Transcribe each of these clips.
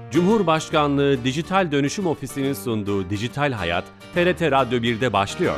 Cumhurbaşkanlığı Dijital Dönüşüm Ofisi'nin sunduğu Dijital Hayat, TRT Radyo 1'de başlıyor.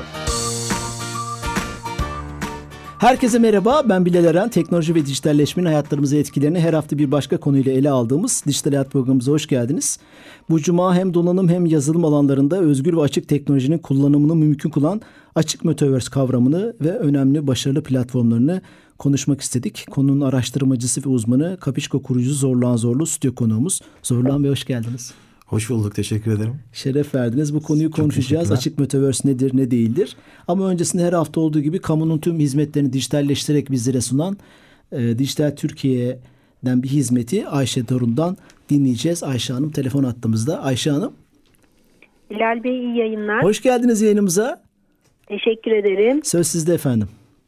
Herkese merhaba, ben Bilal Eren. Teknoloji ve dijitalleşmenin hayatlarımıza etkilerini her hafta bir başka konuyla ele aldığımız Dijital Hayat programımıza hoş geldiniz. Bu cuma hem donanım hem yazılım alanlarında özgür ve açık teknolojinin kullanımını mümkün kılan açık metaverse kavramını ve önemli başarılı platformlarını konuşmak istedik. Konunun araştırmacısı ve uzmanı Kapişko kurucusu Zorlan Zorlu stüdyo konuğumuz. Zorlan Bey, hoş geldiniz. Hoş bulduk, teşekkür ederim. Şeref verdiniz. Bu konuyu konuşacağız. Açık metaverse nedir, ne değildir? Ama öncesinde her hafta olduğu gibi kamunun tüm hizmetlerini dijitalleştirerek bizlere sunan Dijital Türkiye'den bir hizmeti Ayşe Dorun'dan dinleyeceğiz. Ayşe Hanım telefon attığımızda. Ayşe Hanım. Bilal Bey, iyi yayınlar. Hoş geldiniz yayınımıza. Teşekkür ederim. Söz sizde efendim.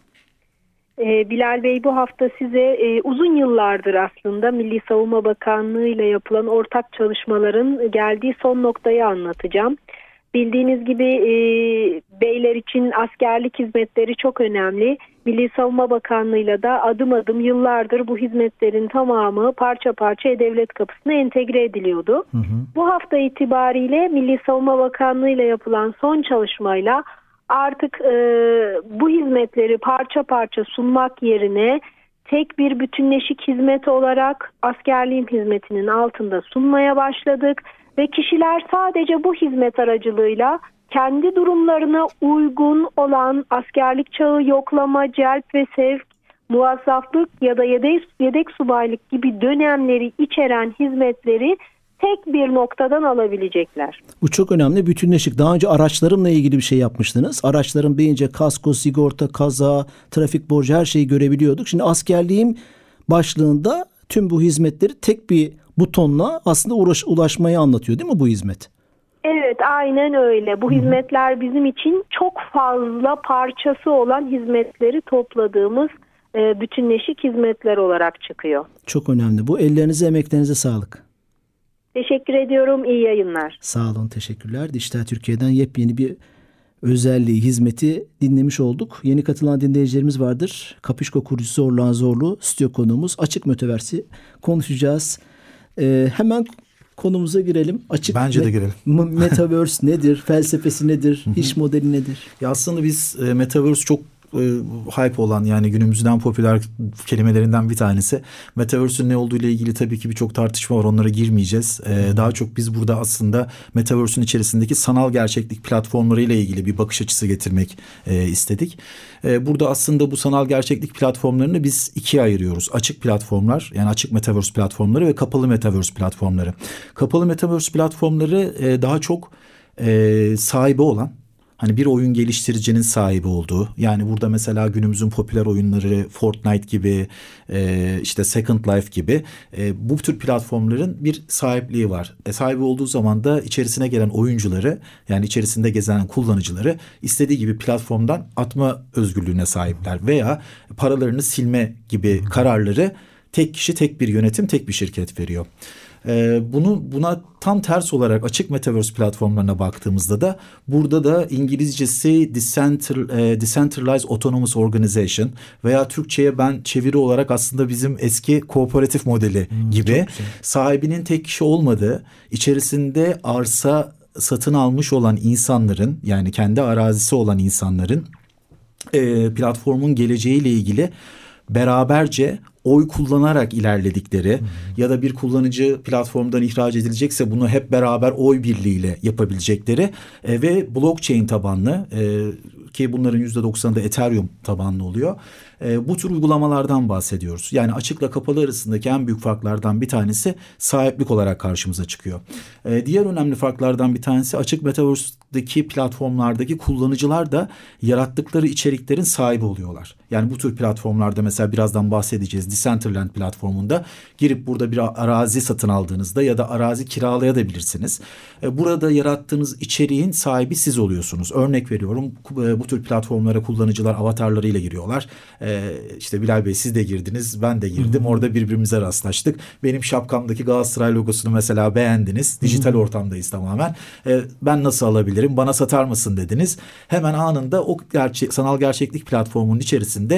Bilal Bey, bu hafta size uzun yıllardır aslında Milli Savunma Bakanlığı ile yapılan ortak çalışmaların geldiği son noktayı anlatacağım. Bildiğiniz gibi beyler için askerlik hizmetleri çok önemli. Milli Savunma Bakanlığı ile de adım adım yıllardır bu hizmetlerin tamamı parça parça devlet kapısına entegre ediliyordu. Bu hafta itibariyle Milli Savunma Bakanlığı ile yapılan son çalışmayla artık bu hizmetleri parça parça sunmak yerine tek bir bütünleşik hizmet olarak askerliğin hizmetinin altında sunmaya başladık ve kişiler sadece bu hizmet aracılığıyla kendi durumlarına uygun olan askerlik çağı, yoklama, celp ve sevk, muvazzaflık ya da yedek subaylık gibi dönemleri içeren hizmetleri tek bir noktadan alabilecekler. Bu çok önemli. Bütünleşik. Daha önce araçlarımla ilgili bir şey yapmıştınız. Araçlarım deyince kasko, sigorta, kaza, trafik borcu her şeyi görebiliyorduk. Şimdi askerliğim başlığında tüm bu hizmetleri tek bir butonla aslında ulaşmayı anlatıyor, değil mi bu hizmet? Evet, aynen öyle. Bu hizmetler bizim için çok fazla parçası olan hizmetleri topladığımız bütünleşik hizmetler olarak çıkıyor. Çok önemli. Bu ellerinize, emeklerinize sağlık. Teşekkür ediyorum. İyi yayınlar. Sağ olun, teşekkürler. Dijital Türkiye'den yepyeni bir özelliği, hizmeti dinlemiş olduk. Yeni katılan dinleyicilerimiz vardır. Kapişko kurucusu Zorlan Zorlu stüdyo konuğumuz. Açık metaverse'i konuşacağız. Hemen konumuza girelim. Bence de girelim. Metaverse nedir? Felsefesi nedir? İş modeli nedir? Ya aslında biz Metaverse çok hype olan, yani günümüzden popüler kelimelerinden bir tanesi. Metaverse'ün ne olduğu ile ilgili tabii ki birçok tartışma var. Onlara girmeyeceğiz. Daha çok biz burada aslında Metaverse'ün içerisindeki sanal gerçeklik platformları ile ilgili bir bakış açısı getirmek istedik. Burada aslında bu sanal gerçeklik platformlarını biz ikiye ayırıyoruz. Açık platformlar, yani açık Metaverse platformları ve kapalı Metaverse platformları. Kapalı Metaverse platformları daha çok sahibi olan, hani bir oyun geliştiricinin sahibi olduğu, yani burada mesela günümüzün popüler oyunları Fortnite gibi, işte Second Life gibi bu tür platformların bir sahipliği var. Sahibi olduğu zaman da içerisine gelen oyuncuları, yani içerisinde gezen kullanıcıları istediği gibi platformdan atma özgürlüğüne sahipler veya paralarını silme gibi kararları tek kişi, tek bir yönetim, tek bir şirket veriyor. Buna tam ters olarak açık metaverse platformlarına baktığımızda da burada da İngilizcesi Decentralized Autonomous Organization veya Türkçe'ye ben çeviri olarak aslında bizim eski kooperatif modeli gibi sahibinin tek kişi olmadığı, içerisinde arsa satın almış olan insanların, yani kendi arazisi olan insanların platformun geleceğiyle ilgili beraberce oy kullanarak ilerledikleri ya da bir kullanıcı platformdan ihraç edilecekse bunu hep beraber oy birliğiyle yapabilecekleri ve blockchain tabanlı, ki bunların %90'ı da Ethereum tabanlı oluyor. Bu tür uygulamalardan bahsediyoruz. Yani açıkla kapalı arasındaki en büyük farklardan bir tanesi sahiplik olarak karşımıza çıkıyor. Diğer önemli farklardan bir tanesi, açık Metaverse'deki platformlardaki kullanıcılar da yarattıkları içeriklerin sahibi oluyorlar. Yani bu tür platformlarda mesela birazdan bahsedeceğiz. Decentraland platformunda girip burada bir arazi satın aldığınızda ya da arazi kiralayabilirsiniz. Burada yarattığınız içeriğin sahibi siz oluyorsunuz. Örnek veriyorum, bu tür platformlara kullanıcılar avatarlarıyla giriyorlar. İşte Bilal Bey, siz de girdiniz, ben de girdim. Orada birbirimize rastlaştık. Benim şapkamdaki Galatasaray logosunu mesela beğendiniz. Dijital ortamdayız tamamen. Ben nasıl alabilirim? Bana satar mısın dediniz. Hemen anında o sanal gerçeklik platformunun içerisinde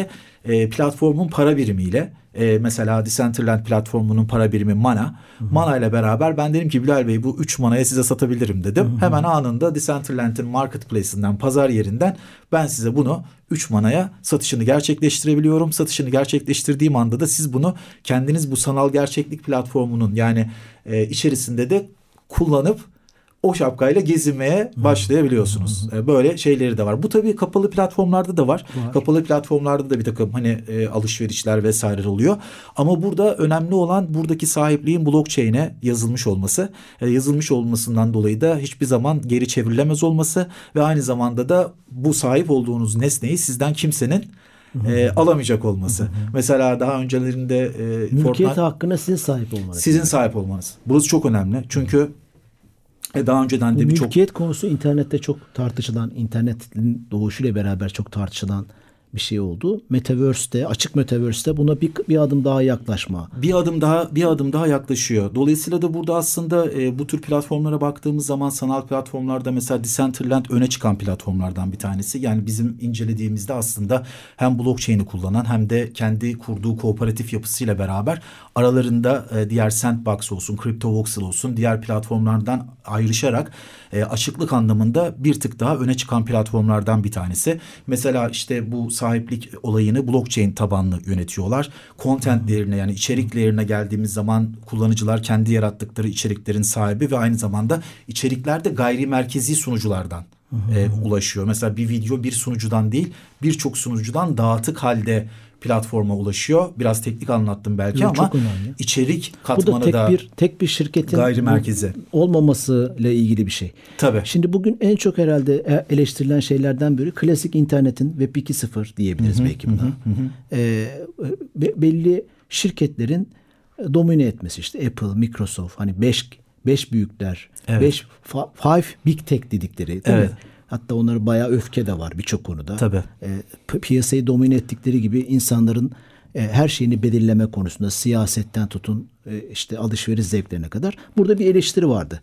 platformun para birimiyle, mesela Decentraland platformunun para birimi Mana. Mana ile beraber ben dedim ki Bilal Bey bu 3 Mana'ya size satabilirim dedim. Hemen anında Decentraland'in marketplace'inden, pazar yerinden ben size bunu 3 Mana'ya satışını gerçekleştirebiliyorum. Satışını gerçekleştirdiğim anda da siz bunu kendiniz bu sanal gerçeklik platformunun yani içerisinde de kullanıp o şapkayla gezinmeye başlayabiliyorsunuz. Böyle şeyleri de var. Bu tabii kapalı platformlarda da var. Kapalı platformlarda da bir takım alışverişler vesaire oluyor. Ama burada önemli olan buradaki sahipliğin blockchain'e yazılmış olması. Yazılmış olmasından dolayı da hiçbir zaman geri çevrilemez olması ve aynı zamanda da bu sahip olduğunuz nesneyi sizden kimsenin alamayacak olması. Mesela daha öncelerinde mülkiyet hakkına sizin sahip olmanız. Sizin sahip olmanız. Burası çok önemli. Çünkü daha önceden de mülkiyet konusu internette çok tartışılan, internetin doğuşuyla beraber çok tartışılan bir şey oldu. Metaverse'te, açık Metaverse'te buna bir adım daha yaklaşma. Bir adım daha yaklaşıyor. Dolayısıyla da burada aslında bu tür platformlara baktığımız zaman sanal platformlarda mesela Decentraland öne çıkan platformlardan bir tanesi. Yani bizim incelediğimizde aslında hem blockchain'i kullanan hem de kendi kurduğu kooperatif yapısıyla beraber aralarında diğer Sandbox olsun, CryptoVoxel olsun diğer platformlardan ayrışarak açıklık anlamında bir tık daha öne çıkan platformlardan bir tanesi. Mesela işte bu sahiplik olayını blockchain tabanlı yönetiyorlar. Contentlerine yani içeriklerine geldiğimiz zaman kullanıcılar kendi yarattıkları içeriklerin sahibi ve aynı zamanda içeriklerde gayri merkezi sunuculardan ulaşıyor. Mesela bir video bir sunucudan değil birçok sunucudan dağıtık halde platforma ulaşıyor. Biraz teknik anlattım belki ama içerik katmanı da tek bir şirketin gayri merkezi olmaması ile ilgili bir şey. Tabii. Şimdi bugün en çok herhalde eleştirilen şeylerden biri klasik internetin Web 2.0 diyebiliriz belki buna. Belli şirketlerin domine etmesi işte Apple, Microsoft hani 5 büyükler, 5 big tech dedikleri değil mi? Hatta onlara bayağı öfke de var birçok konuda. Tabii. Piyasayı domine ettikleri gibi insanların her şeyini belirleme konusunda siyasetten tutun işte alışveriş zevklerine kadar. Burada bir eleştiri vardı.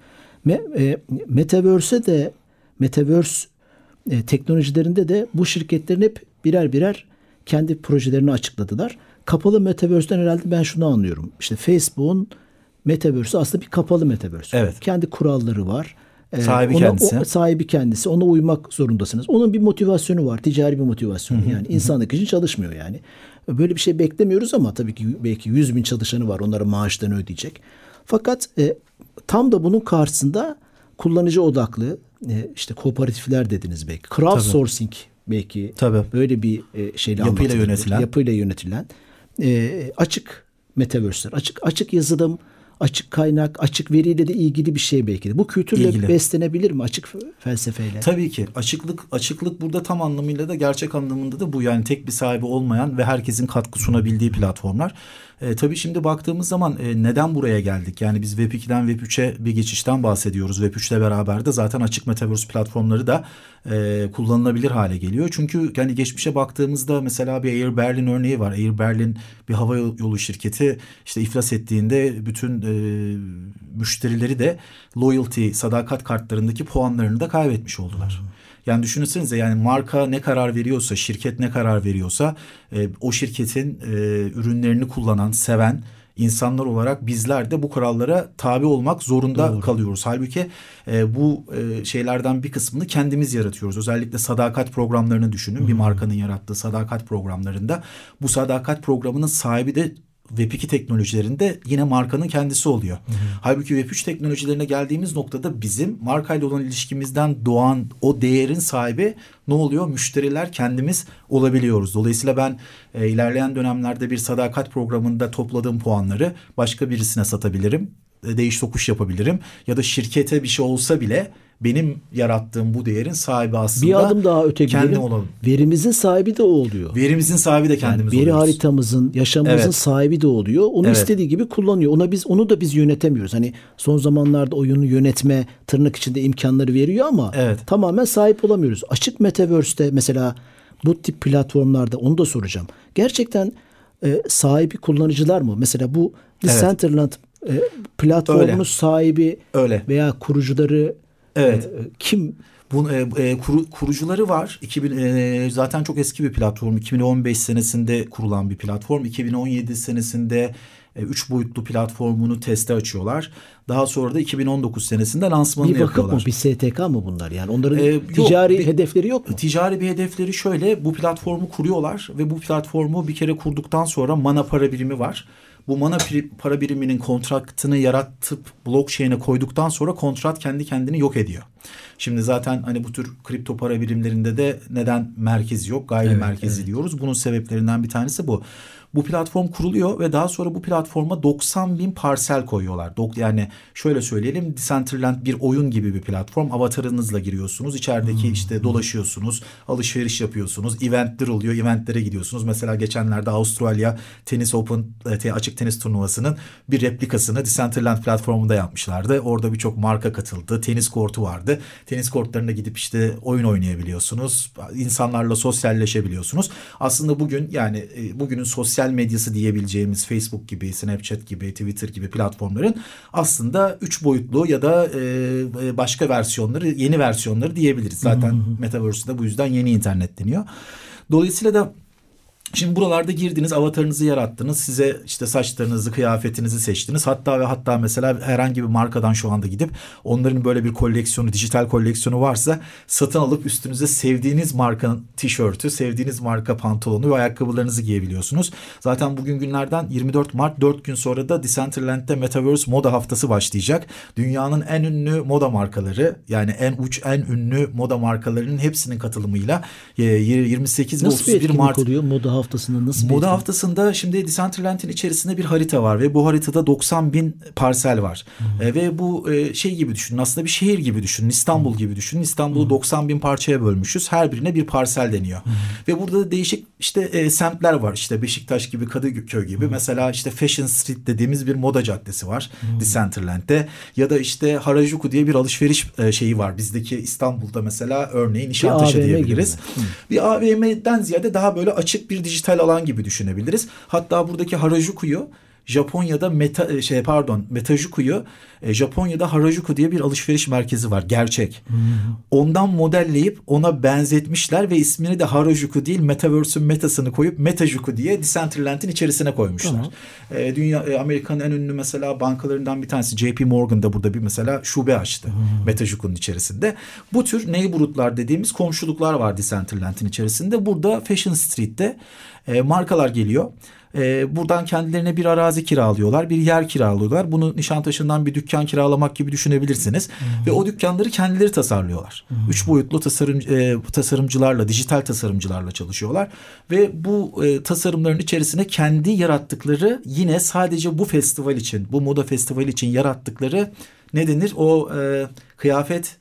Metaverse teknolojilerinde de bu şirketlerin hep birer kendi projelerini açıkladılar. Kapalı Metaverse'den herhalde ben şunu anlıyorum. İşte Facebook'un Metaverse'ü aslında bir kapalı Metaverse. Evet. Kendi kuralları var. Sahibi kendisi. Ona uymak zorundasınız. Onun bir motivasyonu var. Ticari bir motivasyonu. Yani insanlık için çalışmıyor yani. Böyle bir şey beklemiyoruz ama tabii ki belki 100.000 çalışanı var. Onlara maaşlarını ödeyecek. Fakat tam da bunun karşısında kullanıcı odaklı işte kooperatifler dediniz belki. Crowdsourcing belki böyle bir şeyle yapıyla yönetilen açık metaverse'ler, açık yazılım, açık kaynak, açık veriyle de ilgili bir şey belki de. Bu kültürle beslenebilir mi açık felsefeyle? Tabii ki. Açıklık burada tam anlamıyla da gerçek anlamında da bu. Yani tek bir sahibi olmayan ve herkesin katkı sunabildiği platformlar. Tabii şimdi baktığımız zaman neden buraya geldik? Yani biz Web 2'den Web 3'e bir geçişten bahsediyoruz. Web 3'le beraber de zaten açık Metaverse platformları da kullanılabilir hale geliyor. Çünkü yani geçmişe baktığımızda mesela bir Air Berlin örneği var. Air Berlin bir hava yolu şirketi işte iflas ettiğinde bütün müşterileri de loyalty, sadakat kartlarındaki puanlarını da kaybetmiş oldular. Yani düşünsenize yani marka ne karar veriyorsa, şirket ne karar veriyorsa o şirketin ürünlerini kullanan, seven insanlar olarak bizler de bu kurallara tabi olmak zorunda kalıyoruz. Halbuki bu şeylerden bir kısmını kendimiz yaratıyoruz. Özellikle sadakat programlarını düşünün. Bir markanın yarattığı sadakat programlarında bu sadakat programının sahibi de Web 2 teknolojilerinde yine markanın kendisi oluyor. Halbuki Web 3 teknolojilerine geldiğimiz noktada bizim markayla olan ilişkimizden doğan o değerin sahibi ne oluyor? Müşteriler kendimiz olabiliyoruz. Dolayısıyla ben ilerleyen dönemlerde bir sadakat programında topladığım puanları başka birisine satabilirim. Değiş tokuş yapabilirim. Ya da şirkete bir şey olsa bile benim yarattığım bu değerin sahibi aslında bir adım daha öte kendim olalım. Verimizin sahibi de o oluyor. Verimizin sahibi de kendimiz yani veri oluyoruz. haritamızın, yaşamımızın sahibi de oluyor. Onu istediği gibi kullanıyor. Onu da biz yönetemiyoruz. Hani son zamanlarda oyunu yönetme tırnak içinde imkanları veriyor ama tamamen sahip olamıyoruz. Açık Metaverse'te mesela bu tip platformlarda onu da soracağım. Gerçekten sahibi kullanıcılar mı? Mesela bu Decentraland platformunun sahibi veya kurucuları kim? Kurucuları var. Zaten çok eski bir platform. 2015 senesinde kurulan bir platform. 2017 senesinde 3 boyutlu platformunu teste açıyorlar. Daha sonra da 2019 senesinde lansmanını yapıyorlar. Bir vakıf mı, bir STK mı bunlar? Yani onların ticari hedefleri yok mu? Ticari bir hedefleri şöyle: bu platformu kuruyorlar ve bu platformu bir kere kurduktan sonra mana para birimi var. Bu mana para biriminin kontraktını yaratıp blockchain'e koyduktan sonra kontrat kendi kendini yok ediyor. Şimdi zaten hani bu tür kripto para birimlerinde de neden merkezi yok, gayrimerkezi diyoruz. Bunun sebeplerinden bir tanesi bu. Bu platform kuruluyor ve daha sonra bu platforma 90.000 parsel koyuyorlar. Yani şöyle söyleyelim, Decentraland bir oyun gibi bir platform. Avatarınızla giriyorsunuz. İçerideki işte dolaşıyorsunuz, alışveriş yapıyorsunuz. Eventler oluyor, eventlere gidiyorsunuz. Mesela geçenlerde Avustralya Tenis Open açık tenis turnuvasının bir replikasını Decentraland platformunda yapmışlardı. Orada birçok marka katıldı. Tenis kortu vardı. Tenis kortlarına gidip işte oyun oynayabiliyorsunuz. İnsanlarla sosyalleşebiliyorsunuz. Aslında bugün yani bugünün sosyal medyası diyebileceğimiz Facebook gibi, Snapchat gibi, Twitter gibi platformların aslında 3 boyutlu ya da başka versiyonları, yeni versiyonları diyebiliriz. Zaten Metaverse'de bu yüzden yeni internet deniyor. Dolayısıyla da şimdi buralarda girdiniz, avatarınızı yarattınız, size işte saçlarınızı, kıyafetinizi seçtiniz. Hatta mesela herhangi bir markadan şu anda gidip onların böyle bir koleksiyonu, dijital koleksiyonu varsa satın alıp üstünüze sevdiğiniz markanın tişörtü, sevdiğiniz marka pantolonu ve ayakkabılarınızı giyebiliyorsunuz. Zaten bugün günlerden 24 Mart 4 gün sonra da Decentraland'de Metaverse Moda Haftası başlayacak. Dünyanın en ünlü moda markaları, yani en ünlü moda markalarının hepsinin katılımıyla 28 ve 31 Mart oluyor moda haftasında nasıl? Moda haftasında şimdi Decentraland'in içerisinde bir harita var ve bu haritada 90.000 parsel var. Ve bu şey gibi düşünün, aslında bir şehir gibi düşünün, İstanbul gibi düşünün. İstanbul'u 90.000 parçaya bölmüşüz. Her birine bir parsel deniyor. Ve burada da değişik işte semtler var. İşte Beşiktaş gibi, Kadıköy gibi. Mesela işte Fashion Street dediğimiz bir moda caddesi var Decentraland'de. Ya da işte Harajuku diye bir alışveriş şeyi var. Bizdeki İstanbul'da mesela örneğin Nişantaşı diyebiliriz. Bir AVM'den ziyade daha böyle açık bir dijital alan gibi düşünebiliriz. Hatta buradaki Harajuku'yu Japonya'da Metajuku'yu Japonya'da Harajuku diye bir alışveriş merkezi var. Gerçek. Ondan modelleyip ona benzetmişler ve ismini de Harajuku değil, Metaverse'ün metasını koyup Metajuku diye Decentraland'in içerisine koymuşlar. Amerika'nın en ünlü mesela bankalarından bir tanesi JP Morgan da burada bir mesela şube açtı Metajuku'nun içerisinde. Bu tür neighborhood'lar dediğimiz komşuluklar var Decentraland'in içerisinde. Burada Fashion Street'te markalar geliyor. Buradan kendilerine bir arazi kiralıyorlar, bir yer kiralıyorlar. Bunu Nişantaşı'ndan bir dükkan kiralamak gibi düşünebilirsiniz. Ve o dükkanları kendileri tasarlıyorlar. 3 boyutlu tasarımcılarla, dijital tasarımcılarla çalışıyorlar. Ve bu tasarımların içerisine kendi yarattıkları, yine sadece bu festival için, bu moda festivali için yarattıkları ne denir? O kıyafet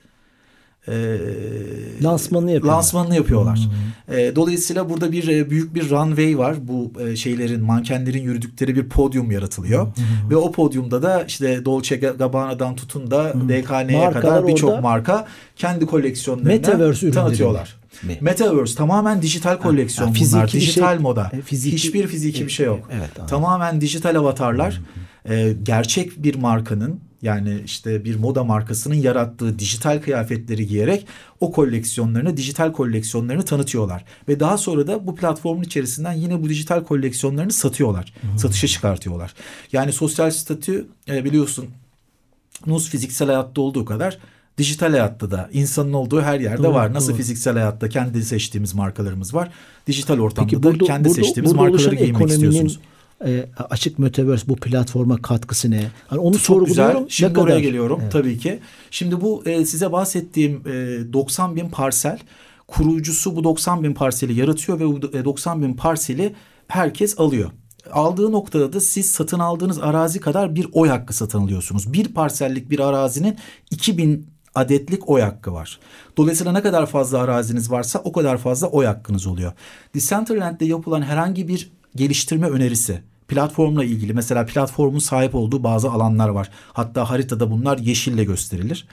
lansmanını yapıyorlar. Dolayısıyla burada büyük bir runway var. Bu mankenlerin yürüdükleri bir podyum yaratılıyor. Ve o podyumda da işte Dolce Gabbana'dan tutun da DKN'ye kadar birçok marka kendi koleksiyonlarını tanıtıyorlar. Metaverse tamamen dijital koleksiyon bunlar. Dijital moda. Hiçbir fiziki bir şey yok. Tamamen dijital avatarlar. Gerçek bir markanın, yani işte bir moda markasının yarattığı dijital kıyafetleri giyerek o koleksiyonlarını, dijital koleksiyonlarını tanıtıyorlar. Ve daha sonra da bu platformun içerisinden yine bu dijital koleksiyonlarını satıyorlar. Satışa çıkartıyorlar. Yani sosyal statü biliyorsunuz fiziksel hayatta olduğu kadar dijital hayatta da insanın olduğu her yerde var. Nasıl fiziksel hayatta kendi seçtiğimiz markalarımız var. Dijital ortamda da kendi seçtiğimiz markaları giymek istiyorsunuz. Açık Metaverse bu platforma katkısı ne? Yani onu çok sorguluyorum. Güzel. Şimdi oraya geliyorum tabii ki. Şimdi bu size bahsettiğim 90.000 parsel, kurucusu bu 90.000 parseli yaratıyor ve bu 90.000 parseli herkes alıyor. Aldığı noktada da siz satın aldığınız arazi kadar bir oy hakkı satın alıyorsunuz. Bir parsellik bir arazinin 2000 adetlik oy hakkı var. Dolayısıyla ne kadar fazla araziniz varsa o kadar fazla oy hakkınız oluyor. Decentraland'de yapılan herhangi bir geliştirme önerisi, platformla ilgili, mesela platformun sahip olduğu bazı alanlar var. Hatta haritada bunlar yeşille gösterilir.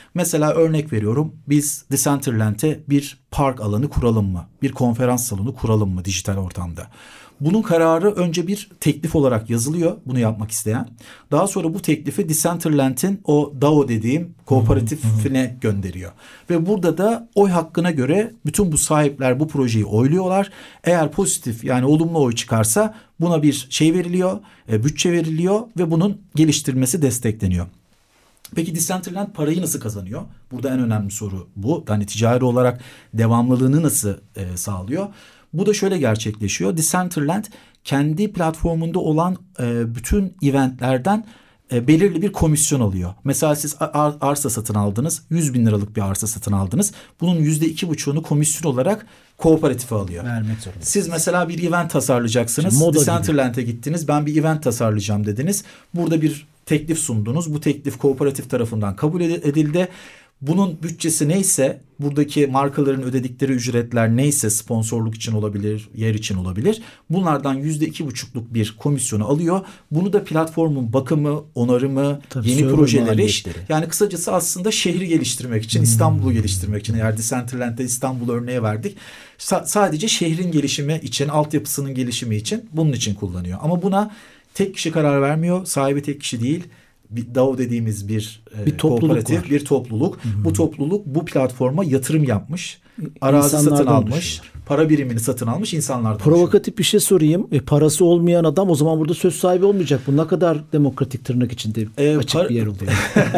Mesela örnek veriyorum, biz Decentraland'e bir park alanı kuralım mı? Bir konferans salonu kuralım mı dijital ortamda? Bunun kararı önce bir teklif olarak yazılıyor, bunu yapmak isteyen. Daha sonra bu teklifi Decentraland'in o DAO dediğim kooperatifine gönderiyor. Ve burada da oy hakkına göre bütün bu sahipler bu projeyi oyluyorlar. Eğer pozitif, yani olumlu oy çıkarsa buna bir şey veriliyor, bütçe veriliyor ve bunun geliştirilmesi destekleniyor. Peki Decentraland parayı nasıl kazanıyor? Burada en önemli soru bu. Yani ticari olarak devamlılığını nasıl sağlıyor? Bu da şöyle gerçekleşiyor. Decentraland kendi platformunda olan bütün eventlerden belirli bir komisyon alıyor. Mesela siz arsa satın aldınız. 100 bin liralık bir arsa satın aldınız. Bunun %2,5'unu komisyon olarak kooperatife alıyor. Vermek zorunda. Siz mesela bir event tasarlayacaksınız. Decentraland'e gittiniz. Ben bir event tasarlayacağım dediniz. Burada bir teklif sundunuz. Bu teklif kooperatif tarafından kabul edildi. Bunun bütçesi neyse, buradaki markaların ödedikleri ücretler neyse, sponsorluk için olabilir, yer için olabilir. Bunlardan %2,5'luk bir komisyonu alıyor. Bunu da platformun bakımı, onarımı, yeni projeleri, yani kısacası aslında şehri geliştirmek için, İstanbul'u geliştirmek için, eğer Decentraland'de İstanbul örneği verdik. Sadece şehrin gelişimi için, altyapısının gelişimi için, bunun için kullanıyor. Ama buna tek kişi karar vermiyor. Sahibi tek kişi değil. Bir DAO dediğimiz bir kooperatif, bir topluluk. Hı-hı. Bu topluluk bu platforma yatırım yapmış. Arazi satın almış. Para birimini satın almış insanlardan. Provokatif bir şey sorayım. Parası olmayan adam o zaman burada söz sahibi olmayacak. Bu ne kadar demokratik, tırnak içinde açık bir yer oluyor.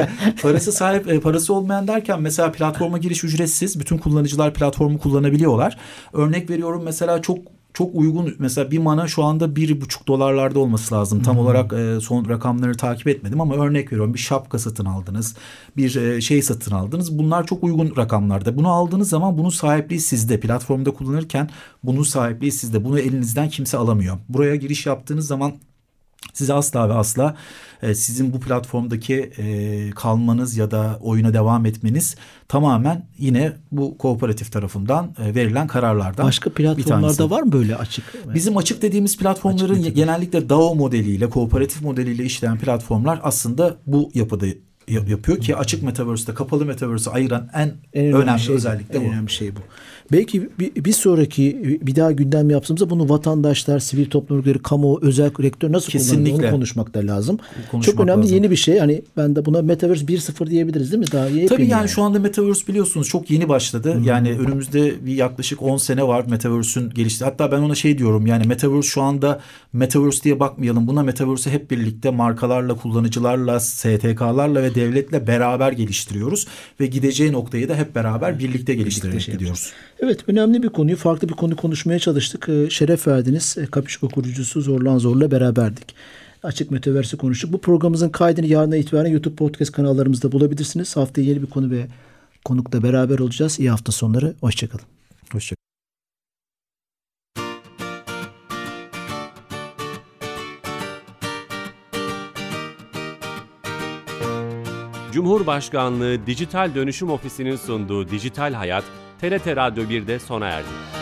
Parası olmayan derken mesela platforma giriş ücretsiz. Bütün kullanıcılar platformu kullanabiliyorlar. Örnek veriyorum, mesela çok uygun, mesela bir mana şu anda $1,5 olması lazım. Tam olarak son rakamları takip etmedim ama örnek veriyorum, bir şapka satın aldınız, bir şey satın aldınız. Bunlar çok uygun rakamlarda. Bunu aldığınız zaman bunun sahipliği sizde. Platformda kullanırken bunun sahipliği sizde. Bunu elinizden kimse alamıyor. Buraya giriş yaptığınız zaman size asla ve asla sizin bu platformdaki kalmanız ya da oyuna devam etmeniz tamamen yine bu kooperatif tarafından verilen kararlardan. Başka platformlarda var mı böyle açık? Bizim açık dediğimiz platformların genellikle DAO modeliyle, kooperatif modeliyle işleyen platformlar aslında bu yapıda yapıyor ki açık metaverse'te kapalı metaverse'ı ayıran en önemli özellik de bu. En önemli şey bu. Belki bir sonraki bir daha gündem yaptığımızda bunu vatandaşlar, sivil toplum örgütleri, kamu, özel rektör nasıl kullanıyor onu konuşmak da lazım. Çok önemli yeni bir şey. Hani ben de buna Metaverse 1.0 diyebiliriz değil mi? Daha yeni. Tabii yani şu anda Metaverse biliyorsunuz çok yeni başladı. Yani önümüzde bir yaklaşık 10 sene var Metaverse'ün gelişti. Hatta ben ona şey diyorum, yani Metaverse şu anda Metaverse diye bakmayalım. Buna Metaverse'ü hep birlikte markalarla, kullanıcılarla, STK'larla ve devletle beraber geliştiriyoruz. Ve gideceği noktayı da hep beraber birlikte geliştirerek gidiyoruz. Evet, önemli bir konuyu, farklı bir konu konuşmaya çalıştık. Şeref verdiniz. Kapişko kurucusu Zorlan Zor'la beraberdik. Açık Metaverse'i konuştuk. Bu programımızın kaydını yarına itibaren YouTube podcast kanallarımızda bulabilirsiniz. Haftaya yeni bir konu ve konukla beraber olacağız. İyi hafta sonları. Hoşçakalın. Hoşçakalın. Cumhurbaşkanlığı Dijital Dönüşüm Ofisi'nin sunduğu Dijital Hayat, TRT Radyo 1'de sona erdi.